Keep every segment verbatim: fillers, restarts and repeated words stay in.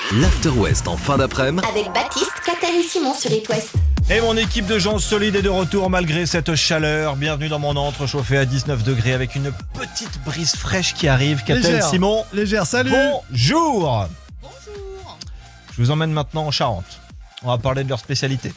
l'After West en fin d'après-midi Avec Baptiste, Catel et Simon sur It West. Et mon équipe de gens solides est de retour malgré cette chaleur. Bienvenue dans mon antre chauffé à dix-neuf degrés avec une petite brise fraîche qui arrive. Catel, Simon. Légère, salut. Bonjour. Bonjour. Je vous emmène maintenant en Charente. On va parler de leur spécialité.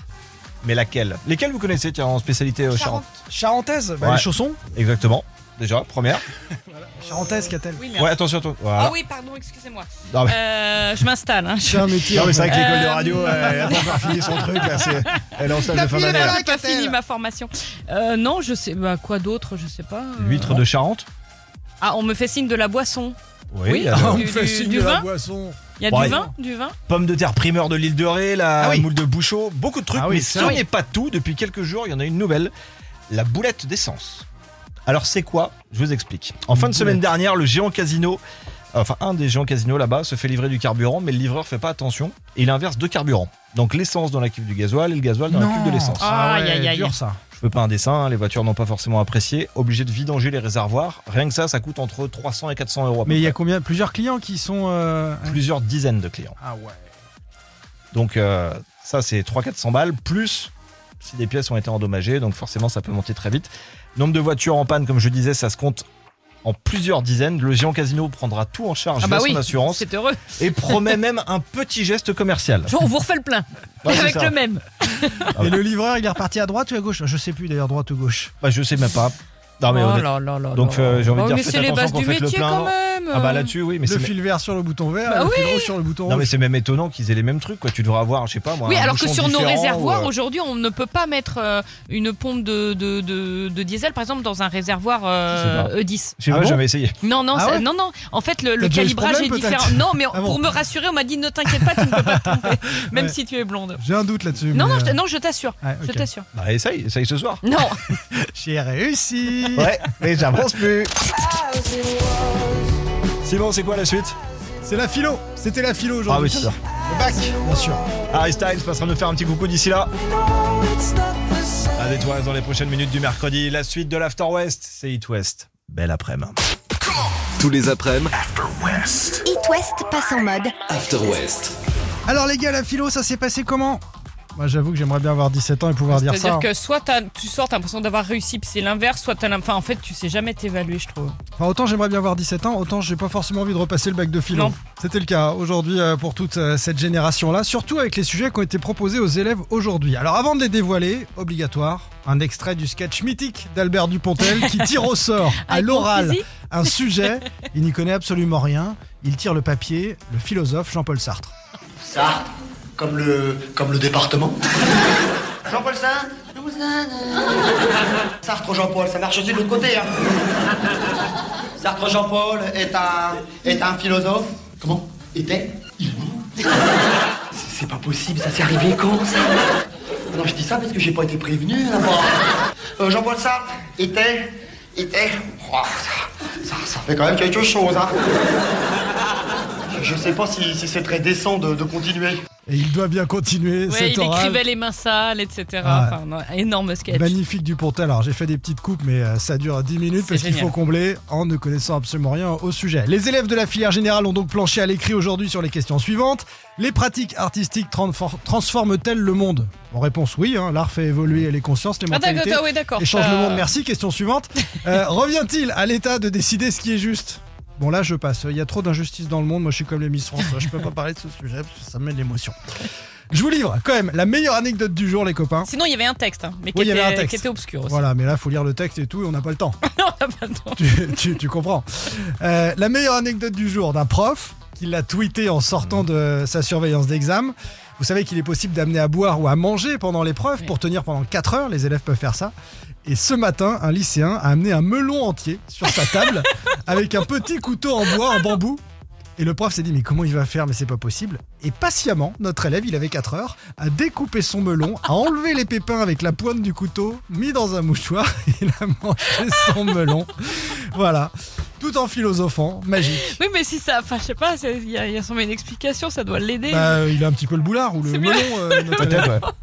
Mais laquelle ? Lesquelles vous connaissez, tiens, en spécialité euh, Charente ? Charentaise, bah, Ouais. les chaussons. Exactement. Déjà, première. Charentaise, qu'a-t-elle? Oui, merci. Ouais, attention, toi. Voilà. Ah oui, pardon, excusez-moi. Non, mais... Euh, je m'installe. Hein. C'est un métier. Non, mais c'est vrai que l'école de Euh, radio, euh, elle a pas encore fini son truc. Là, c'est... Elle est en stage de fin d'année. J'ai pas fini ma formation. Euh, non, je sais. Bah, quoi d'autre, je sais pas. euh. L'huître de Charente ? Ah, on me fait signe de la boisson. Oui. Oui. alors, On Du- me fait du- signe du de la vin boisson. Il y a Ouais. du vin, du vin. Pommes de terre primeur de l'île de Ré, la Ah oui. moule de Bouchot, beaucoup de trucs, Ah oui, mais c'est ce vrai. n'est pas tout. Depuis quelques jours, il y en a une nouvelle, la boulette d'essence. Alors c'est quoi ? Je vous explique. En fin de semaine boulette. dernière, le géant casino, enfin un des géants casinos là-bas, se fait livrer du carburant, mais le livreur fait pas attention et il inverse deux carburants. Donc l'essence dans la cuve du gasoil et le gasoil dans la cuve de l'essence. Ah, Ah ouais, aïe, aïe, aïe. dur ça. Je fais pas un dessin, hein, les voitures n'ont pas forcément apprécié, obligé de vidanger les réservoirs. Rien que ça, ça coûte entre trois cents et quatre cents euros. à peu Mais il y a près. combien? Plusieurs clients qui sont. euh, Plusieurs dizaines de clients. Ah ouais. Donc euh, ça c'est trois cents à quatre cents balles, plus si des pièces ont été endommagées, donc forcément ça peut monter très vite. Nombre de voitures en panne, comme je disais, ça se compte en plusieurs dizaines. Le géant casino prendra tout en charge Ah via bah oui, son assurance c'est heureux. et promet même un petit geste commercial. Genre, on vous refait le plein. Ouais, c'est Avec ça. le même. Ah ouais. Et le livreur, il est reparti à droite ou à gauche? Je sais plus d'ailleurs, droite ou gauche. Bah je sais même pas. Non mais oh honnête- là là là donc, là. euh, j'ai envie de Oh, dire, mais faites c'est les attention bases quand du vous faites le métier plein. quand même. Ah bah là-dessus oui, mais Le c'est fil vert sur le bouton vert, Bah le fil oui. rouge sur le bouton non mais rouge. c'est même étonnant qu'ils aient les mêmes trucs quoi. Tu devrais avoir, je sais pas moi. Oui, un alors que bouchon sur nos différent réservoirs, ou, euh, aujourd'hui, on ne peut pas mettre euh, une pompe de, de, de, de diesel, par exemple, dans un réservoir euh, Je sais E dix. Je sais Ah pas, bon j'avais essayé. Non, non, Ah ça- ouais non, non. En fait, le, le T'as déjà eu ce calibrage problème, est différent. peut-être Non, mais Ah bon. pour me rassurer, on m'a dit ne t'inquiète pas, tu ne peux pas te tromper, même Ouais. si tu es blonde. J'ai un doute là-dessus. Non, mais, non, je, euh, non, je t'assure. ouais, Je ok. t'assure. Bah essaye, essaye ce soir. Non. J'ai réussi. Ouais, mais j'avance plus. Simon, c'est quoi la suite ? C'est la philo. C'était la philo Ah aujourd'hui. oui, c'est ça. Le bac, bien sûr. Harry Styles passera nous faire un petit coucou d'ici là. À des toises dans les prochaines minutes du mercredi. La suite de l'After West, c'est It West. Belle après-midi. tous les après-midi It West passe en mode After West. Alors les gars, la philo, ça s'est passé comment? Moi j'avoue que j'aimerais bien avoir dix-sept ans et pouvoir dire ça. C'est-à-dire que soit t'as- tu sors, t'as l'impression d'avoir réussi, puis c'est l'inverse, soit t'as l'impression. Enfin, en fait, tu sais jamais t'évaluer, je trouve. Enfin, autant j'aimerais bien avoir dix-sept ans, autant j'ai pas forcément envie de repasser le bac de philo. Non. C'était le cas aujourd'hui euh, pour toute euh, cette génération-là, surtout avec les sujets qui ont été proposés aux élèves aujourd'hui. Alors avant de les dévoiler, obligatoire, un extrait du sketch mythique d'Albert Dupontel qui tire au sort à Avec mon l'oral fusil. un sujet, il n'y connaît absolument rien, il tire le papier, le philosophe Jean-Paul Sartre. Sartre, comme le, comme le département. Jean-Paul Sartre Sartre Jean-Paul, ça marche aussi de l'autre côté. Hein. Sartre Jean-Paul est un, est un philosophe. Comment? Était? Il est mort. C'est- C'est pas possible, ça s'est arrivé quand ça? Non, je dis ça parce que j'ai pas été prévenu d'abord. Euh, Jean-Paul Sartre était, était. Oh, ça, ça, ça fait quand même quelque chose, hein. Je sais pas si, si c'est très décent de, de continuer. Et il doit bien continuer Ouais, cet il oral. écrivait les mains sales, et cetera. Ah. Enfin, non, énorme sketch. Magnifique Dupontel. Alors j'ai fait des petites coupes, mais euh, ça dure dix minutes C'est parce qu'il génial. faut combler en ne connaissant absolument rien au sujet. Les élèves de la filière générale ont donc planché à l'écrit aujourd'hui sur les questions suivantes. Les pratiques artistiques transfor- transforment-elles le monde? En réponse oui, hein, l'art fait évoluer les consciences, les Ah, d'accord, mentalités. oui, d'accord. Et change Euh, le monde, merci. Question suivante. Euh, revient-il à l'État de décider ce qui est juste? Bon là je passe, il y a trop d'injustice dans le monde, moi je suis comme les Miss France, je peux pas parler de ce sujet parce que ça me met de l'émotion. Je vous livre quand même la meilleure anecdote du jour les copains. Sinon, il y avait un texte, hein, mais qui, Oui, il y était, avait un texte. qui était obscur aussi. Voilà, mais là faut lire le texte et tout et on n'a pas le temps. Non, on a pas le temps. tu, tu- tu comprends. Euh, la meilleure anecdote du jour d'un prof qui l'a tweeté en sortant de sa surveillance d'examen. Vous savez qu'il est possible d'amener à boire ou à manger pendant l'épreuve Oui. pour tenir pendant quatre heures, les élèves peuvent faire ça. Et ce matin, un lycéen a amené un melon entier sur sa table avec un petit couteau en bois, en bambou. Et le prof s'est dit mais comment il va faire, mais c'est pas possible. Et patiemment, notre élève, il avait quatre heures, a découpé son melon, a enlevé les pépins avec la pointe du couteau, mis dans un mouchoir, et il a mangé son melon. Voilà, tout en philosophant, magique. Oui, mais si ça. Enfin, je sais pas, c'est- il y, a- il y a sûrement une explication, ça doit l'aider. Bah, euh, il a un petit peu le boulard ou le C'est melon. bien. euh, notre élève. Peut-être, ouais.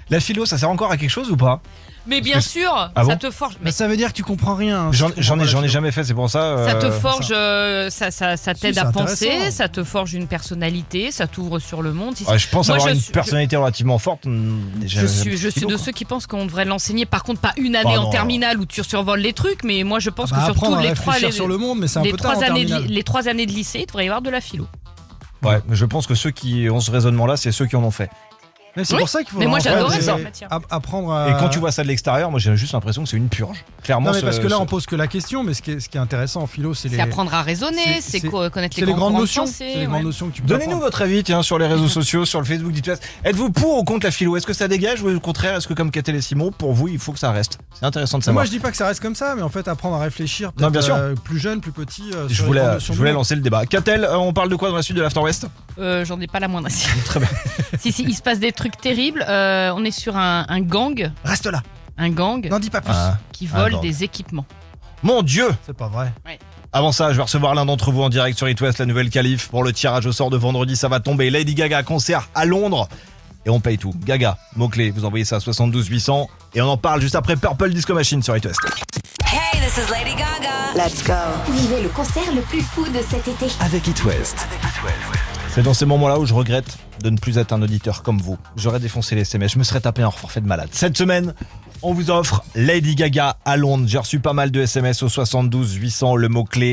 La philo, ça sert encore à quelque chose ou pas? Mais bien sûr, Ah bon ça te forge. Mais Mais ça veut dire que tu comprends rien. hein, si J'en tu comprends j'en ai, pas la j'en ai philo. jamais fait, c'est pour ça. ça te euh, forge, euh, ça, ça, ça t'aide Si, à c'est penser, intéressant. ça te forge une personnalité, ça t'ouvre sur le monde. Si ouais, je pense Moi, avoir je une suis- personnalité relativement forte. hum, Je suis, je suis de ceux qui pensent qu'on devrait l'enseigner. Par contre, pas une année Bah en non. terminale où tu survoles les trucs, mais moi je pense Ah bah, que surtout apprendre à les trois, réfléchir les, sur le monde, mais c'est un les peu tard trois en années, de, terminale. les trois années de lycée, il devrait y avoir de la philo. Ouais, mais je pense que ceux qui ont ce raisonnement-là, c'est ceux qui en ont fait. Mais c'est Oui, pour ça qu'il faut mais moi, vraiment j'adorais apprendre- ça, cette matière. app- apprendre à... Et quand tu vois ça de l'extérieur, moi j'ai juste l'impression que c'est une purge. Clairement, Non mais ce- parce que là ce- on pose que la question, mais ce qui est, ce qui est intéressant en philo, c'est C'est les, apprendre à raisonner, c'est- c'est c'est- co- connaître c'est les, les grandes grandes notions. pensées, C'est les ouais. grandes notions que tu peux Donnez-nous apprendre. votre avis tiens, sur les réseaux sociaux, sur le Facebook d'It West. Êtes-vous pour ou contre la philo? Est-ce que ça dégage ou au contraire, est-ce que comme Catel et Simon, pour vous, il faut que ça reste? C'est intéressant de Mais savoir. Moi je dis pas que ça reste comme ça, mais en fait apprendre à réfléchir Non, bien peut-être, sûr. euh, plus jeune, plus petit. euh, je sur les voulais, grandes je notions voulais du monde. lancer le débat. Catel, euh, on parle de quoi dans la suite de l'After West? Euh, J'en ai pas la moindre idée. Très bien. Si, si, il se passe des trucs terribles. Euh, on est sur un, un gang, Reste là, un gang n'en dis pas plus. Ah. qui un vole gang. des équipements. Mon Dieu! C'est pas vrai. Avant ça, je vais recevoir l'un d'entre vous en direct sur It West, la nouvelle qualif. Pour le tirage au sort de vendredi, ça va tomber. Lady Gaga, concert à Londres. Et on paye tout. Gaga, mot-clé, vous envoyez ça à soixante-douze huit cents. Et on en parle juste après Purple Disco Machine sur It West. Hey, this is Lady Gaga. Let's go. Vivez le concert le plus fou de cet été. Avec It West. C'est dans ces moments-là où je regrette de ne plus être un auditeur comme vous. J'aurais défoncé les S M S, je me serais tapé un forfait de malade. Cette semaine, on vous offre Lady Gaga à Londres. J'ai reçu pas mal de S M S au soixante-douze huit cents, le mot-clé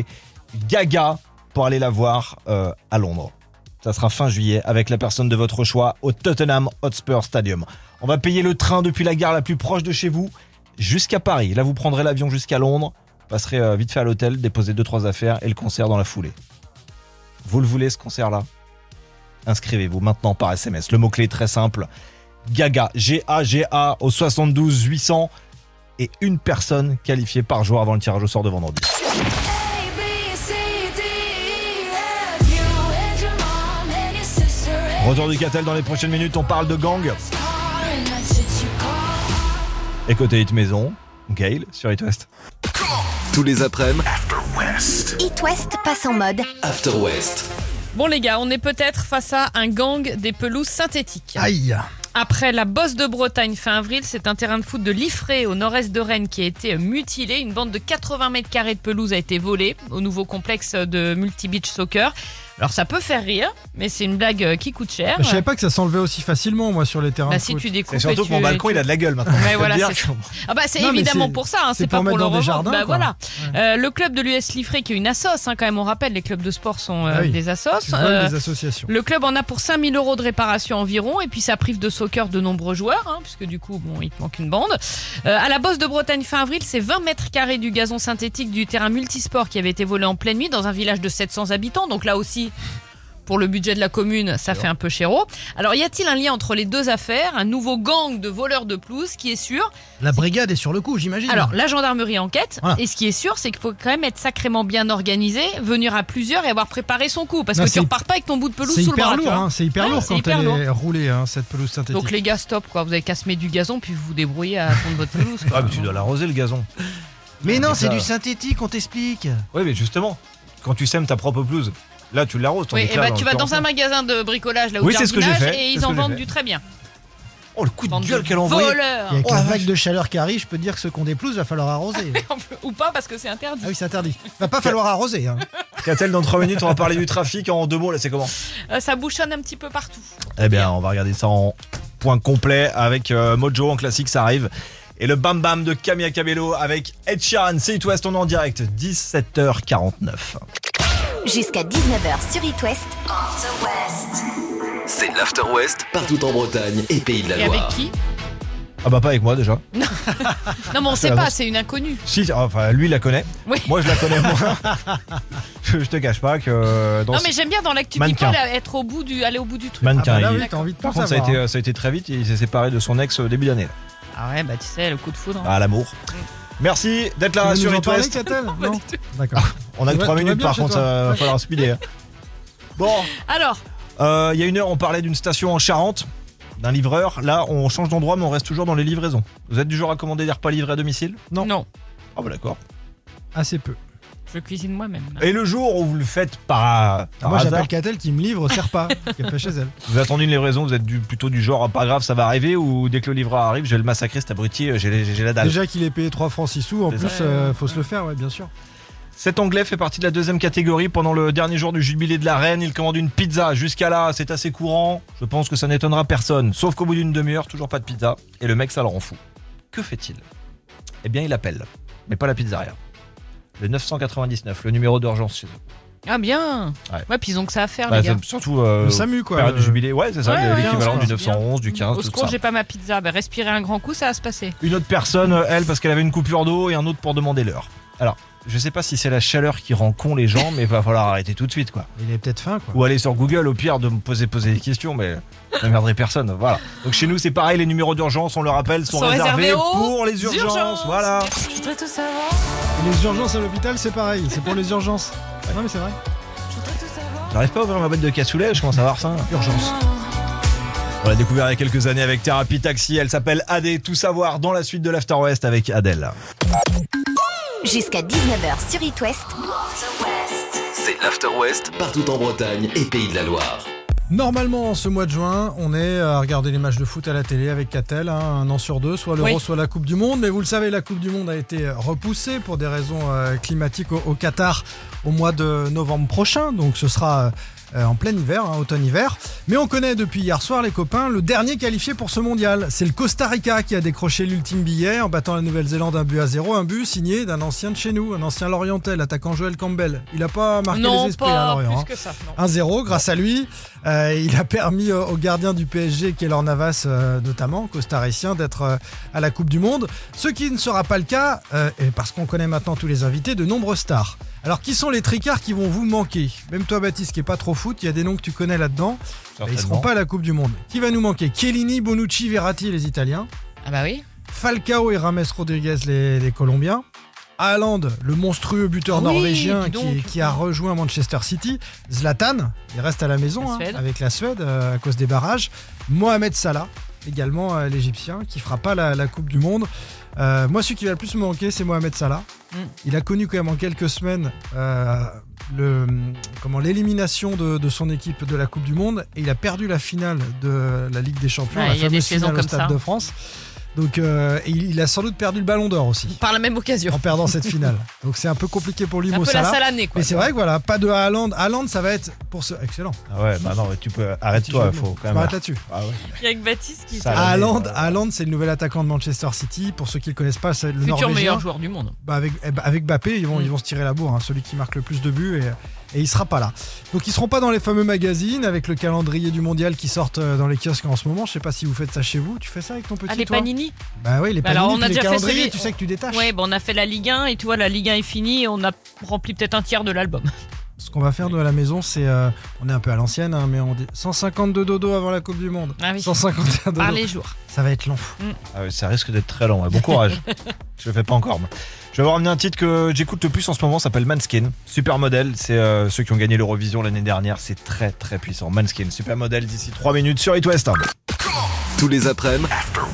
Gaga pour aller la voir euh, à Londres. Ça sera fin juillet avec la personne de votre choix au Tottenham Hotspur Stadium. On va payer le train depuis la gare la plus proche de chez vous jusqu'à Paris. Là, vous prendrez l'avion jusqu'à Londres, passerez euh, vite fait à l'hôtel, déposer deux trois affaires et le concert dans la foulée. Vous le voulez ce concert-là? Inscrivez-vous maintenant par S M S. Le mot-clé est très simple. Gaga, G A G A au soixante-douze huit cents et une personne qualifiée par jour avant le tirage au sort de vendredi. Retour du Catel dans les prochaines minutes, on parle de gang. Et côté hit maison, Gail sur It West. Tous les après-midi, It West passe en mode After West. Bon les gars, on est peut-être face à un gang des pelouses synthétiques. Aïe. Après la Bosse de Bretagne fin avril, c'est un terrain de foot de Liffré au nord-est de Rennes qui a été mutilé. Une bande de quatre-vingts mètres carrés de pelouse a été volée au nouveau complexe de multi-beach soccer. Alors ça peut faire rire, mais c'est une blague qui coûte cher. Mais je savais pas que ça s'enlevait aussi facilement moi sur les terrains Bah de si foot. tu découpes. C'est surtout et que tu- mon balcon tu- il a de la gueule maintenant. Ouais, Je peux voilà, te dire c'est que- Ah bah c'est Non, mais évidemment c'est- pour ça, hein, c'est c'est pas pour pour mettre le dans des revendre. jardins, Bah quoi. voilà. Ouais. Euh, le club de l'U S Liffré qui est une assoce, hein, quand même on rappelle, les clubs de sport sont euh, Ah oui. des assos. Tu voles Euh, des associations. Le club en a pour cinq mille euros de réparation environ, et puis ça prive de soccer de nombreux joueurs, hein, puisque du coup, bon, il te manque une bande. Euh, à la Bosse de Bretagne fin avril, c'est vingt mètres carrés du gazon synthétique du terrain multisport qui avait été volé en pleine nuit dans un village de sept cents habitants. Donc là aussi, pour le budget de la commune, ça fait un peu chéro. Alors, y a-t-il un lien entre les deux affaires? Un nouveau gang de voleurs de pelouse qui est sûr. La brigade est sur le coup, j'imagine. Alors, la gendarmerie enquête, Voilà. et ce qui est sûr, c'est qu'il faut quand même être sacrément bien organisé, venir à plusieurs et avoir préparé son coup, parce Non, que tu c'est- repars pas avec ton bout de pelouse c'est sous le hyper bras. tu lourd, vois. hein, c'est hyper Ouais, lourd c'est quand hyper elle est lourd. roulée, hein, cette pelouse synthétique. Donc les gars, stop, quoi. Vous avez qu'à semer du gazon, puis vous vous débrouillez à fondre votre pelouse. quoi. Ah mais tu dois l'arroser le gazon. Mais non, Mais c'est ça- du synthétique, on t'explique. Oui mais justement, quand tu sèmes ta propre pelouse, là tu l'arroses. Oui, tandis que et là, bah dans tu le vas dans terrain, un magasin de bricolage là où Oui, c'est ce que j'ai fait, et c'est ils ce en que j'ai vendent fait. du très bien. Oh le coup de Bande gueule de qu'elle a envoyé. voleurs. Et avec Oh, la la vague vache. de chaleur qui arrive, je peux te dire que ceux qui ont des pelouses, va falloir arroser. Ou pas parce que c'est interdit. Ah oui, c'est interdit. Va pas falloir arroser. Hein. Qu'a-t-elle dans trois minutes? On va parler du trafic en deux mots là, c'est comment? Euh, ça bouchonne un petit peu partout. Eh bien, on va regarder ça en point complet avec euh, Mojo en classique, ça arrive. Et le Bam Bam de Camilla Cabello avec Ed Sheeran. C'est It West, on est en direct, dix-sept heures quarante-neuf. jusqu'à dix-neuf heures sur It West. C'est l'After West partout en Bretagne et Pays de la Et avec Loire. qui? Ah bah pas avec moi déjà. Non, mais on sait la pas, bosse. c'est une inconnue. Si, enfin lui il la connaît. Oui. Moi je la connais moins. je, je te cache pas que euh, dans Non, ce- mais j'aime bien dans l'actu Mannequin. people être au bout du, aller au bout du truc. mannequin. Ah bah là, il- oui, t'as envie de Par tout contre, ça a, savoir. été, ça a été très vite. Il s'est séparé de son ex au début d'année. là. Ah ouais, bah tu sais, le coup de foudre. Ah, l'amour. Merci d'être Tu là veux sur nous en It parler, West. Catel Non. D'accord. On a que Tout va- trois tout va minutes, bien par chez contre, toi ça va Ouais. falloir speeder. hein. Bon, Alors, euh, il y a une heure, on parlait d'une station en Charente, d'un livreur. Là, on change d'endroit, mais on reste toujours dans les livraisons. Vous êtes du genre à commander des repas livrés à domicile? non. Ah bah d'accord. Assez peu. le cuisine moi-même. Et le jour où vous le faites par, par Moi, hasard, j'appelle Catel qui me livre Serpa, qu'elle fait chez elle. vous attendez une livraison, vous êtes du, plutôt du genre, ah, pas grave, ça va arriver, ou dès que le livreur arrive, je vais le massacrer, cet abruti, j'ai, j'ai, j'ai la dalle. Déjà qu'il est payé trois francs six sous, en C'est plus, ça. euh, faut se le faire, ouais, bien sûr. Cet Anglais fait partie de la deuxième catégorie. Pendant le dernier jour du jubilé de la reine, il commande une pizza. Jusqu'à là, c'est assez courant. Je pense que ça n'étonnera personne. Sauf qu'au bout d'une demi-heure, toujours pas de pizza. Et le mec, ça le rend fou. Que fait-il ? Eh bien, il appelle. Mais pas la pizzeria. Le neuf cent quatre-vingt-dix-neuf, le numéro d'urgence chez eux. Ah bien. Ouais. Ouais, puis ils ont que ça à faire Bah, les gars. c'est surtout euh, Le SAMU, quoi. période le- du jubilé. Ouais, c'est ça, Ouais, ouais, l'équivalent quinze, du c'est neuf cent onze, du quinze, Au tout secours, ça. j'ai pas ma pizza. Bah, respirer un grand coup, ça va se passer. Une autre personne, elle, parce qu'elle avait une coupure d'eau, et un autre pour demander l'heure. Alors, je sais pas si c'est la chaleur qui rend con les gens, mais il va falloir arrêter tout de suite, quoi. Il est peut-être faim, quoi. Ou aller sur Google, au pire, de me poser, poser des questions, mais ça n'emmerderait personne. Voilà. Donc chez nous, c'est pareil, les numéros d'urgence, on le rappelle, sont, Sont réservés aux pour les urgences. urgences. Voilà. Je voudrais tout savoir. Les urgences à l'hôpital, c'est pareil, c'est pour les urgences. Non, mais c'est vrai. Je voudrais tout savoir. J'arrive pas à ouvrir ma boîte de cassoulet, je commence à avoir faim. Urgence. On l'a découvert il y a quelques années avec Thérapie Taxi. Elle s'appelle Adé. Tout savoir dans la suite de l'After West avec Adèle. Jusqu'à dix-neuf heures sur It West. C'est l'After West partout en Bretagne et Pays de la Loire. Normalement, ce mois de juin, on est à regarder les matchs de foot à la télé avec Catel, hein, un an sur deux, soit l'Euro, Oui. soit la Coupe du Monde. Mais vous le savez, la Coupe du Monde a été repoussée pour des raisons euh, climatiques au, au Qatar au mois de novembre prochain. Donc ce sera euh, en plein hiver, hein, automne-hiver. Mais on connaît depuis hier soir, les copains, le dernier qualifié pour ce mondial. C'est le Costa Rica qui a décroché l'ultime billet en battant la Nouvelle-Zélande un but à zéro. Un but signé d'un ancien de chez nous, un ancien Lorientais, l'attaquant Joel Campbell. Il n'a pas marqué Non, les esprits à pas Lorient. plus hein. que ça. non. un zéro grâce à lui. Euh, il a permis au, au gardien du P S G, Keylor Navas euh, notamment, costaricien, d'être euh, à la Coupe du Monde. Ce qui ne sera pas le cas, euh, et parce qu'on connaît maintenant tous les invités, de nombreuses stars. Alors qui sont les tricards qui vont vous manquer ? Même toi Baptiste qui est pas trop foot, il y a des noms que tu connais là-dedans. Mais ils seront pas à la Coupe du Monde. Qui va nous manquer ? Chiellini, Bonucci, Verratti les Italiens. Ah bah oui. Falcao et Rames Rodriguez les, les Colombiens. Haaland, le monstrueux buteur Oui, norvégien dis qui, donc. qui a rejoint Manchester City. Zlatan, il reste à la maison La hein, Suède. avec la Suède euh, à cause des barrages. Mohamed Salah, également euh, l'Égyptien, qui fera pas la, la Coupe du Monde. Euh, moi, celui qui va le plus me manquer, c'est Mohamed Salah. Mm. Il a connu quand même en quelques semaines euh, le, comment, l'élimination de, de son équipe de la Coupe du Monde et il a perdu la finale de la Ligue des Champions, Ouais, la il y a des fameuse saisons finale au comme Stade ça. de France. Donc, euh, et il, il a sans doute perdu le Ballon d'Or aussi Par la même occasion. en perdant cette finale. Donc c'est un peu compliqué pour lui, Un Mo peu la Salah. salanée quoi. Mais c'est vrai que voilà, pas de Haaland. Haaland, ça va être pour ce. Excellent. Ah ouais, bah non, mais tu peux. Arrête-toi, Je- faut quand je même. m'arrête là-dessus. Ah ouais. Il y a que Baptiste qui Ça- est Ah, Haaland, mais, euh, Haaland, c'est le nouvel attaquant de Manchester City. Pour ceux qui le connaissent pas, c'est le futur Norvégien. meilleur joueur du monde. Bah avec, eh bah avec Mbappé, ils vont, Mm. ils vont se tirer la bourre, hein, celui qui marque le plus de buts, et, et il sera pas là. Donc ils seront pas dans les fameux magazines avec le calendrier du mondial qui sortent euh, dans les kiosques en ce moment. Je sais pas si vous faites ça chez vous. Tu fais ça avec ton petit Ah, les toi Panini. Bah oui, les Bah panini, alors, on a puis les déjà fait calendriers, celui- tu sais que tu détaches. Ouais, bon, on a fait la Ligue un et tu vois, la Ligue un est finie et on a rempli peut-être un tiers de l'album. Ce qu'on va faire de la maison, c'est, euh, on est un peu à l'ancienne, hein, mais on dit cent cinquante-deux dodo avant la Coupe du Monde. Ah oui. cent cinquante et un dodo. Par les jours. Ça va être long. Ah ouais, ça risque d'être très long. Ouais. Bon courage. Je le fais pas encore. Moi. Je vais vous ramener un titre que j'écoute le plus en ce moment, ça s'appelle Manskin. Supermodel, c'est euh, ceux qui ont gagné l'Eurovision l'année dernière. C'est très très puissant. Manskin, Supermodel d'ici trois minutes sur It West. Tous les après-midi,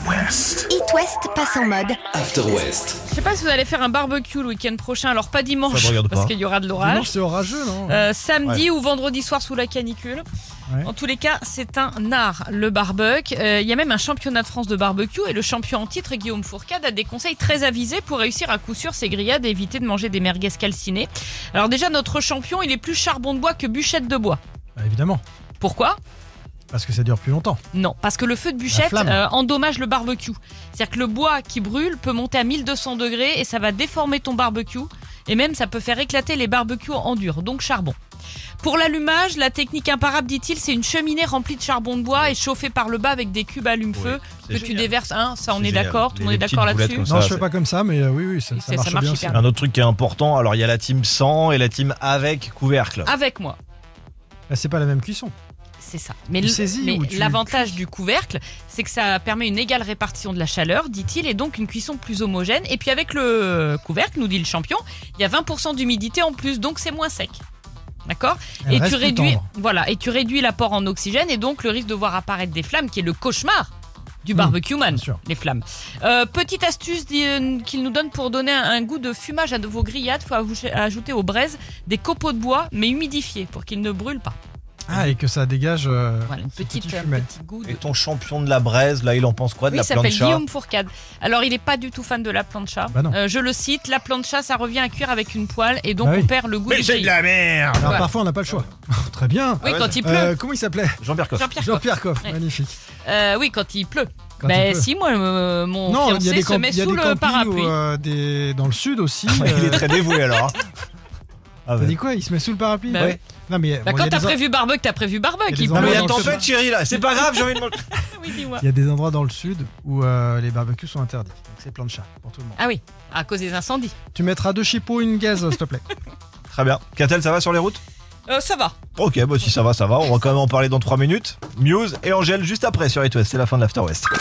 It West passe en mode After West. Je sais pas si vous allez faire un barbecue le week-end prochain, alors pas Ça dimanche me regarde parce pas. qu'il y aura de Dimanche, l'orage. c'est orageux, non Euh, samedi ou vendredi soir sous la canicule. Ouais. En tous les cas, c'est un art, le barbecue. Euh, Il y a même un championnat de France de barbecue et le champion en titre, Guillaume Fourcade, a des conseils très avisés pour réussir à coup sûr ses grillades et éviter de manger des merguez calcinées. Alors déjà, notre champion, il est plus charbon de bois que bûchette de bois. Bah, évidemment, Pourquoi ? parce que ça dure plus longtemps. Non, parce que le feu de bûchette flamme. euh, endommage le barbecue. C'est-à-dire que le bois qui brûle peut monter à mille deux cents degrés et ça va déformer ton barbecue. Et même, ça peut faire éclater les barbecues en dur, donc charbon. Pour l'allumage, la technique imparable, dit-il, c'est une cheminée remplie de charbon de bois et chauffée par le bas avec des cubes allume-feu c'est que tu génial. déverses. Hein, ça, on C'est est génial. d'accord, tout le monde Les est petites d'accord boulettes là-dessus. comme ça. Non, je c'est- fais pas comme ça, mais euh, oui, oui, ça, Oui, ça c'est- ça marche marche bien hyper aussi. bien. Un autre truc qui est important, alors il y a la team sans et la team avec couvercle. Avec moi. Bah, c'est pas la même cuisson. C'est ça. Mais, Tu le- saisis mais ou tu l'avantage du couvercle, c'est que ça permet une égale répartition de la chaleur, dit-il, et donc une cuisson plus homogène. Et puis avec le couvercle, nous dit le champion, il y a vingt pour cent d'humidité en plus, donc c'est moins sec. D'accord ? Elle Et reste tu plus réduis, tendre. voilà, et tu réduis l'apport en oxygène et donc le risque de voir apparaître des flammes, qui est le cauchemar Du barbecue man, bien sûr. les flammes. Euh, petite astuce euh, qu'il nous donne pour donner un, un goût de fumage à de vos grillades, il faut avoucher- ajouter aux braises des copeaux de bois, mais humidifiés, pour qu'ils ne brûlent pas. Ah, et que ça dégage. euh, Voilà, une ce petite, petit un fumet. petit goût de... Et ton champion de la braise, là, il en pense quoi de Oui, la il s'appelle plancha? Guillaume Fourcade. Alors, il n'est pas du tout fan de la plancha. Bah non. Euh, je le cite, la plancha, ça revient à cuire avec une poêle et donc Bah oui. on perd le goût du grill. la merde. Alors Voilà. parfois, on n'a pas le choix. Très bien. Oui, Ah ouais, quand il pleut. Euh, comment il s'appelait Jean-Pierre Coff. Jean-Pierre Coff. Jean-Pierre Coff, Ouais. magnifique. Euh, oui, quand il pleut. Quand Ben il pleut. si, moi, euh, mon Non, il y a fiancé des, se camp- met il y a sous des le campings parapluie. où, euh, des... dans le sud aussi. Il est euh, très dévoué alors. Ah T'as ouais. dit quoi? Il se met sous le parapluie? Bah Ouais. Non, mais Bah, bon, il y quand a t'as des en- prévu barbecue, t'as prévu barbecue. Il y a des Il Non, mais il y a pleut. endroits dans le tempête, chérie, là. C'est pas grave, j'ai envie de manger. Oui, dis-moi. il y a des endroits dans le sud où euh, les barbecues sont interdits. Donc c'est plein de chats pour tout le monde. Ah oui, à cause des incendies. Tu mettras deux chipots, une gaz, s'il te plaît. Très bien. Catel, ça va sur les routes? Euh, ça va. Ok, bah si ça va, ça va. On va quand même en parler dans trois minutes. Muse et Angèle juste après sur It West. C'est la fin de l'After West.